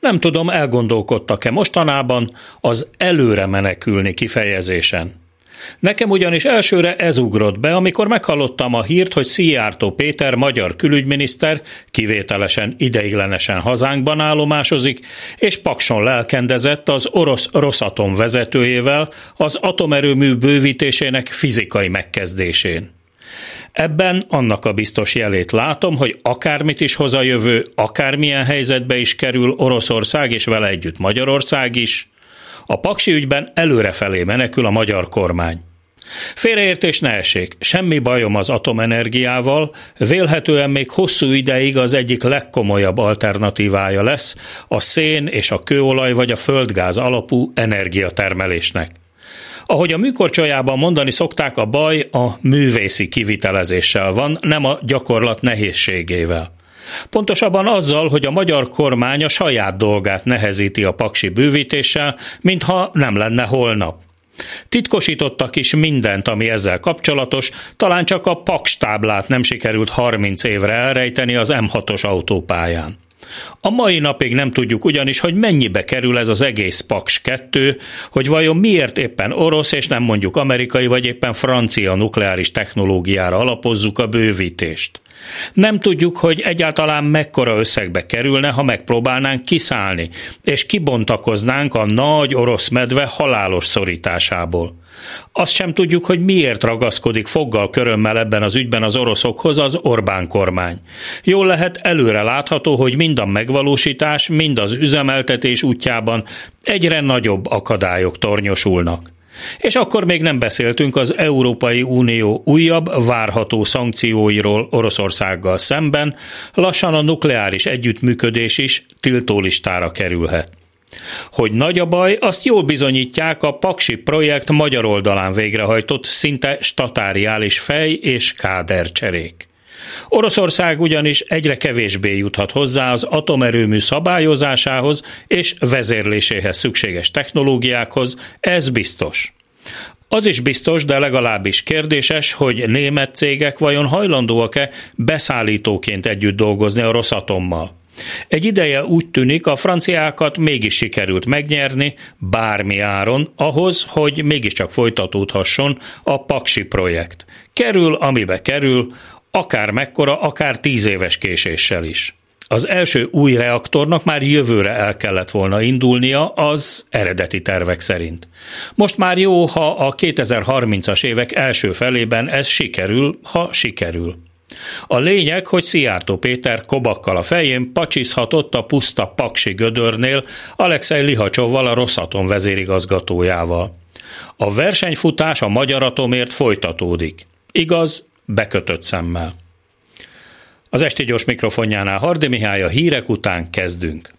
Nem tudom, elgondolkodtak-e mostanában az előre menekülni kifejezésen. Nekem ugyanis elsőre ez ugrott be, amikor meghallottam a hírt, hogy Szijjártó Péter magyar külügyminiszter kivételesen ideiglenesen hazánkban állomásozik, és Pakson lelkendezett az orosz Rosatom vezetőjével az atomerőmű bővítésének fizikai megkezdésén. Ebben annak a biztos jelét látom, hogy akármit is hoz a jövő, akármilyen helyzetbe is kerül Oroszország és vele együtt Magyarország is, a paksi ügyben előrefelé menekül a magyar kormány. Félreértés ne essék, semmi bajom az atomenergiával, vélhetően még hosszú ideig az egyik legkomolyabb alternatívája lesz a szén és a kőolaj vagy a földgáz alapú energiatermelésnek. Ahogy a műkorcsolyában mondani szokták, a baj a művészi kivitelezéssel van, nem a gyakorlat nehézségével. Pontosabban azzal, hogy a magyar kormány a saját dolgát nehezíti a paksi bővítéssel, mintha nem lenne holnap. Titkosítottak is mindent, ami ezzel kapcsolatos, talán csak a Paks táblát nem sikerült 30 évre elrejteni az M6-os autópályán. A mai napig nem tudjuk ugyanis, hogy mennyibe kerül ez az egész Paks 2, hogy vajon miért éppen orosz és nem mondjuk amerikai vagy éppen francia nukleáris technológiára alapozzuk a bővítést. Nem tudjuk, hogy egyáltalán mekkora összegbe kerülne, ha megpróbálnánk kiszállni, és kibontakoznánk a nagy orosz medve halálos szorításából. Azt sem tudjuk, hogy miért ragaszkodik foggal körömmel ebben az ügyben az oroszokhoz az Orbán kormány. Jól lehet előre látható, hogy mind a megvalósítás, mind az üzemeltetés útjában egyre nagyobb akadályok tornyosulnak. És akkor még nem beszéltünk az Európai Unió újabb, várható szankcióiról Oroszországgal szemben, lassan a nukleáris együttműködés is tiltólistára kerülhet. Hogy nagy a baj, azt jól bizonyítják a Paksi projekt magyar oldalán végrehajtott szinte statáriális fej- és kádercserék. Oroszország ugyanis egyre kevésbé juthat hozzá az atomerőmű szabályozásához és vezérléséhez szükséges technológiákhoz, ez biztos. Az is biztos, de legalábbis kérdéses, hogy német cégek vajon hajlandóak-e beszállítóként együtt dolgozni a Rosatommal. Egy ideje úgy tűnik, a franciákat mégis sikerült megnyerni bármi áron ahhoz, hogy mégiscsak folytatódhasson a Paksi projekt. Kerül, amibe kerül, akár mekkora, akár 10 éves késéssel is. Az első új reaktornak már jövőre el kellett volna indulnia az eredeti tervek szerint. Most már jó, ha a 2030-as évek első felében ez sikerül, ha sikerül. A lényeg, hogy Szijjártó Péter kobakkal a fején pacsizhatott a puszta paksi gödörnél Alekszej Lihacsovval, a Rosatom vezérigazgatójával. A versenyfutás a magyar atomért folytatódik. Igaz, bekötött szemmel. Az esti gyors mikrofonjánál Hardy Mihály, a hírek után kezdünk.